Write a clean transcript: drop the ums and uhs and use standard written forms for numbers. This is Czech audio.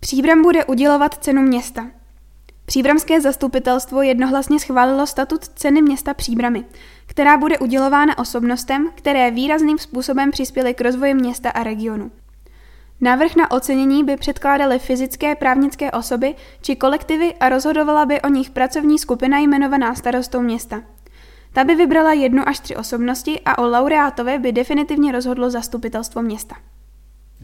Příbram bude udělovat cenu města. Příbramské zastupitelstvo jednohlasně schválilo statut ceny města Příbramy, která bude udělována osobnostem, které výrazným způsobem přispěly k rozvoji města a regionu. Návrh na ocenění by předkládaly fyzické právnické osoby či kolektivy a rozhodovala by o nich pracovní skupina jmenovaná starostou města. Ta by vybrala 1 až 3 osobnosti a o laureátovi by definitivně rozhodlo zastupitelstvo města.